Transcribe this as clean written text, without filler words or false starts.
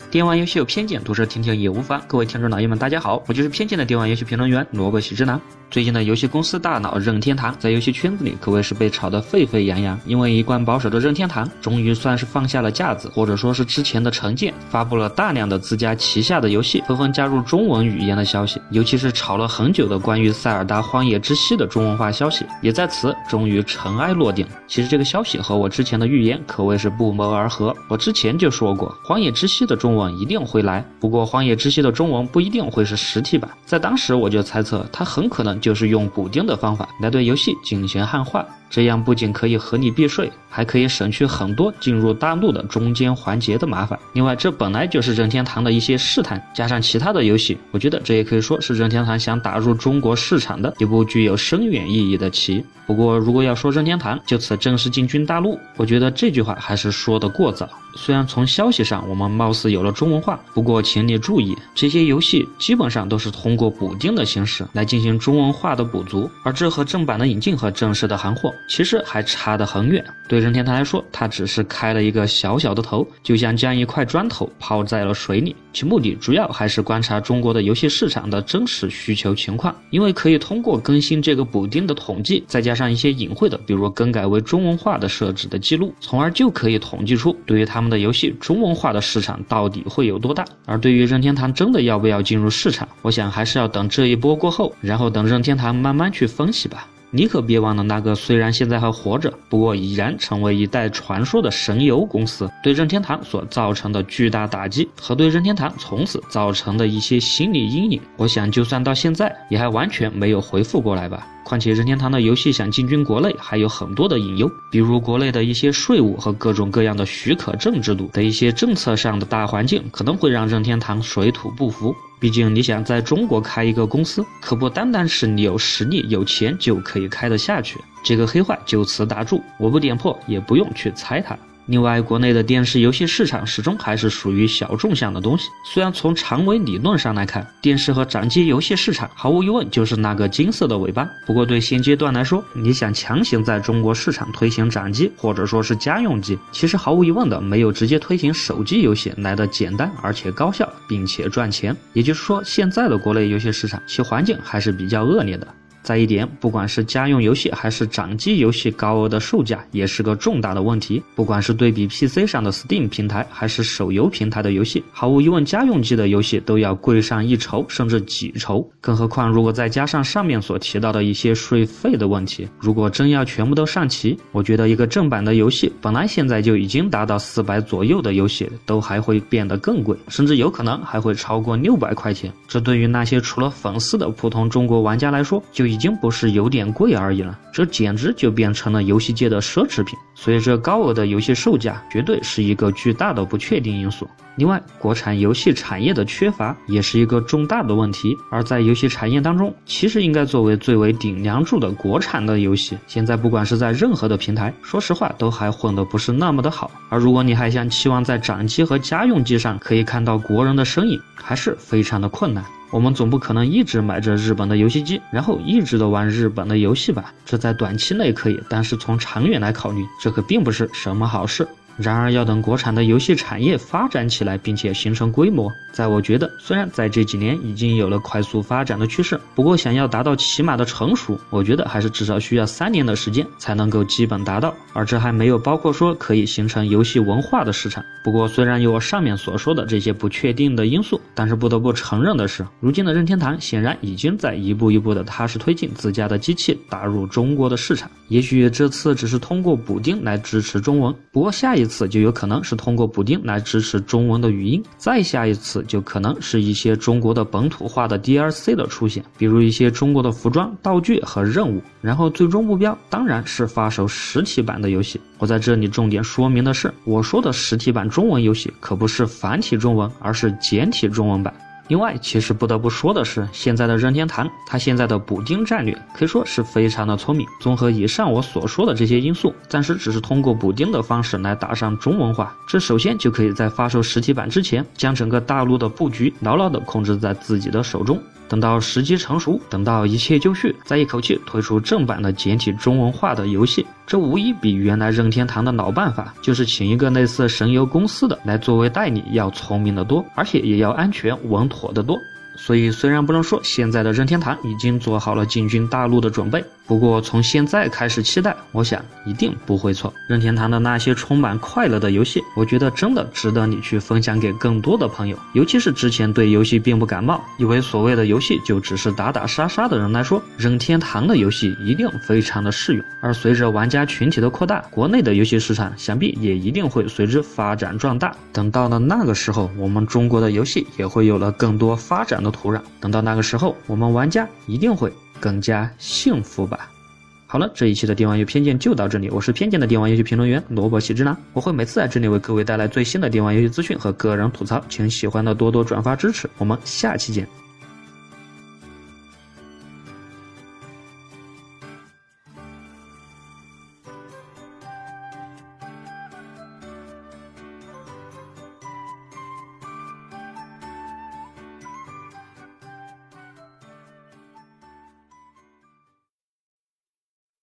电玩游戏有偏见，读者听听也无妨。各位听众老爷们，大家好，我就是偏见的电玩游戏评论员萝卜喜之郎。最近的游戏公司大佬任天堂在游戏圈子里可谓是被炒得沸沸扬扬，因为一贯保守的任天堂终于算是放下了架子，或者说是之前的成见，发布了大量的自家旗下的游戏纷纷加入中文语言的消息，尤其是炒了很久的关于塞尔达荒野之息的中文化消息，也在此终于尘埃落定。其实这个消息和我之前的预言可谓是不谋而合，我之前就说过荒野之息的中文一定会来，不过荒野之息的中文不一定会是实体版，在当时我就猜测它很可能就是用补丁的方法来对游戏进行汉化，这样不仅可以合理避税，还可以省去很多进入大陆的中间环节的麻烦。另外这本来就是任天堂的一些试探，加上其他的游戏，我觉得这也可以说是任天堂想打入中国市场的一部具有深远意义的棋。不过如果要说任天堂就此正式进军大陆，我觉得这句话还是说得过早。虽然从消息上我们貌似有了中文化，不过请你注意，这些游戏基本上都是通过补丁的形式来进行中文化的补足，而这和正版的引进和正式的行货其实还差得很远。对任天堂来说，它只是开了一个小小的头，就像将一块砖头抛在了水里，其目的主要还是观察中国的游戏市场的真实需求情况，因为可以通过更新这个补丁的统计，再加上一些隐晦的比如更改为中文化的设置的记录，从而就可以统计出对于他们的游戏中文化的市场到底会有多大。而对于任天堂真的要不要进入市场，我想还是要等这一波过后，然后等任天堂慢慢去分析吧。你可别忘了那个虽然现在还活着，不过已然成为一代传说的神游公司对任天堂所造成的巨大打击，和对任天堂从此造成的一些心理阴影，我想就算到现在也还完全没有回复过来吧。况且任天堂的游戏想进军国内还有很多的隐忧，比如国内的一些税务和各种各样的许可证制度的一些政策上的大环境，可能会让任天堂水土不服。毕竟你想在中国开一个公司，可不单单是你有实力有钱就可以开得下去，这个黑话就此打住，我不点破也不用去猜它。另外国内的电视游戏市场始终还是属于小众向的东西，虽然从长尾理论上来看，电视和掌机游戏市场毫无疑问就是那个金色的尾巴，不过对现阶段来说，你想强行在中国市场推行掌机或者说是家用机，其实毫无疑问的没有直接推行手机游戏来的简单而且高效并且赚钱。也就是说现在的国内游戏市场其环境还是比较恶劣的。再一点，不管是家用游戏还是掌机游戏高额的售价也是个重大的问题，不管是对比 PC 上的 Steam 平台还是手游平台的游戏，毫无疑问家用机的游戏都要贵上一筹甚至几筹，更何况如果再加上上面所提到的一些税费的问题，如果真要全部都上齐，我觉得一个正版的游戏本来现在就已经达到400左右的游戏都还会变得更贵，甚至有可能还会超过600块钱，这对于那些除了粉丝的普通中国玩家来说就已经不是有点贵而已了，这简直就变成了游戏界的奢侈品。所以这高额的游戏售价绝对是一个巨大的不确定因素。另外国产游戏产业的缺乏也是一个重大的问题，而在游戏产业当中，其实应该作为最为顶梁柱的国产的游戏，现在不管是在任何的平台，说实话都还混得不是那么的好。而如果你还想期望在掌机和家用机上可以看到国人的身影，还是非常的困难。我们总不可能一直买着日本的游戏机，然后一直都玩日本的游戏吧，这在短期内可以，但是从长远来考虑，这可并不是什么好事。然而要等国产的游戏产业发展起来并且形成规模，在我觉得虽然在这几年已经有了快速发展的趋势，不过想要达到起码的成熟，我觉得还是至少需要3年的时间才能够基本达到，而这还没有包括说可以形成游戏文化的市场。不过虽然有我上面所说的这些不确定的因素，但是不得不承认的是，如今的任天堂显然已经在一步一步的踏实推进自家的机器打入中国的市场。也许这次只是通过补丁来支持中文，不过下一次就有可能是通过补丁来支持中文的语音，再下一次就可能是一些中国的本土化的 DLC 的出现，比如一些中国的服装、道具和任务，然后最终目标当然是发售实体版的游戏。我在这里重点说明的是，我说的实体版中文游戏可不是繁体中文，而是简体中文版。另外其实不得不说的是，现在的任天堂它现在的补丁战略可以说是非常的聪明，综合以上我所说的这些因素，暂时只是通过补丁的方式来打上中文化，这首先就可以在发售实体版之前将整个大陆的布局牢牢地控制在自己的手中。 等到时机成熟，等到一切就绪，再一口气推出正版的简体中文化的游戏，这无疑比原来任天堂的老办法，就是请一个类似神游公司的来作为代理要聪明得多，而且也要安全稳妥得多。所以虽然不能说现在的任天堂已经做好了进军大陆的准备，不过从现在开始期待，我想一定不会错。任天堂的那些充满快乐的游戏，我觉得真的值得你去分享给更多的朋友，尤其是之前对游戏并不感冒，以为所谓的游戏就只是打打杀杀的人来说，任天堂的游戏一定非常的适用。而随着玩家群体的扩大，国内的游戏市场想必也一定会随之发展壮大。等到了那个时候，我们中国的游戏也会有了更多发展的土壤。等到那个时候，我们玩家一定会更加幸福吧。好了，这一期的电玩游偏见就到这里，我是偏见的电玩游戏评论员萝卜喜之郎，我会每次在这里为各位带来最新的电玩游戏资讯和个人吐槽，请喜欢的多多转发支持，我们下期见。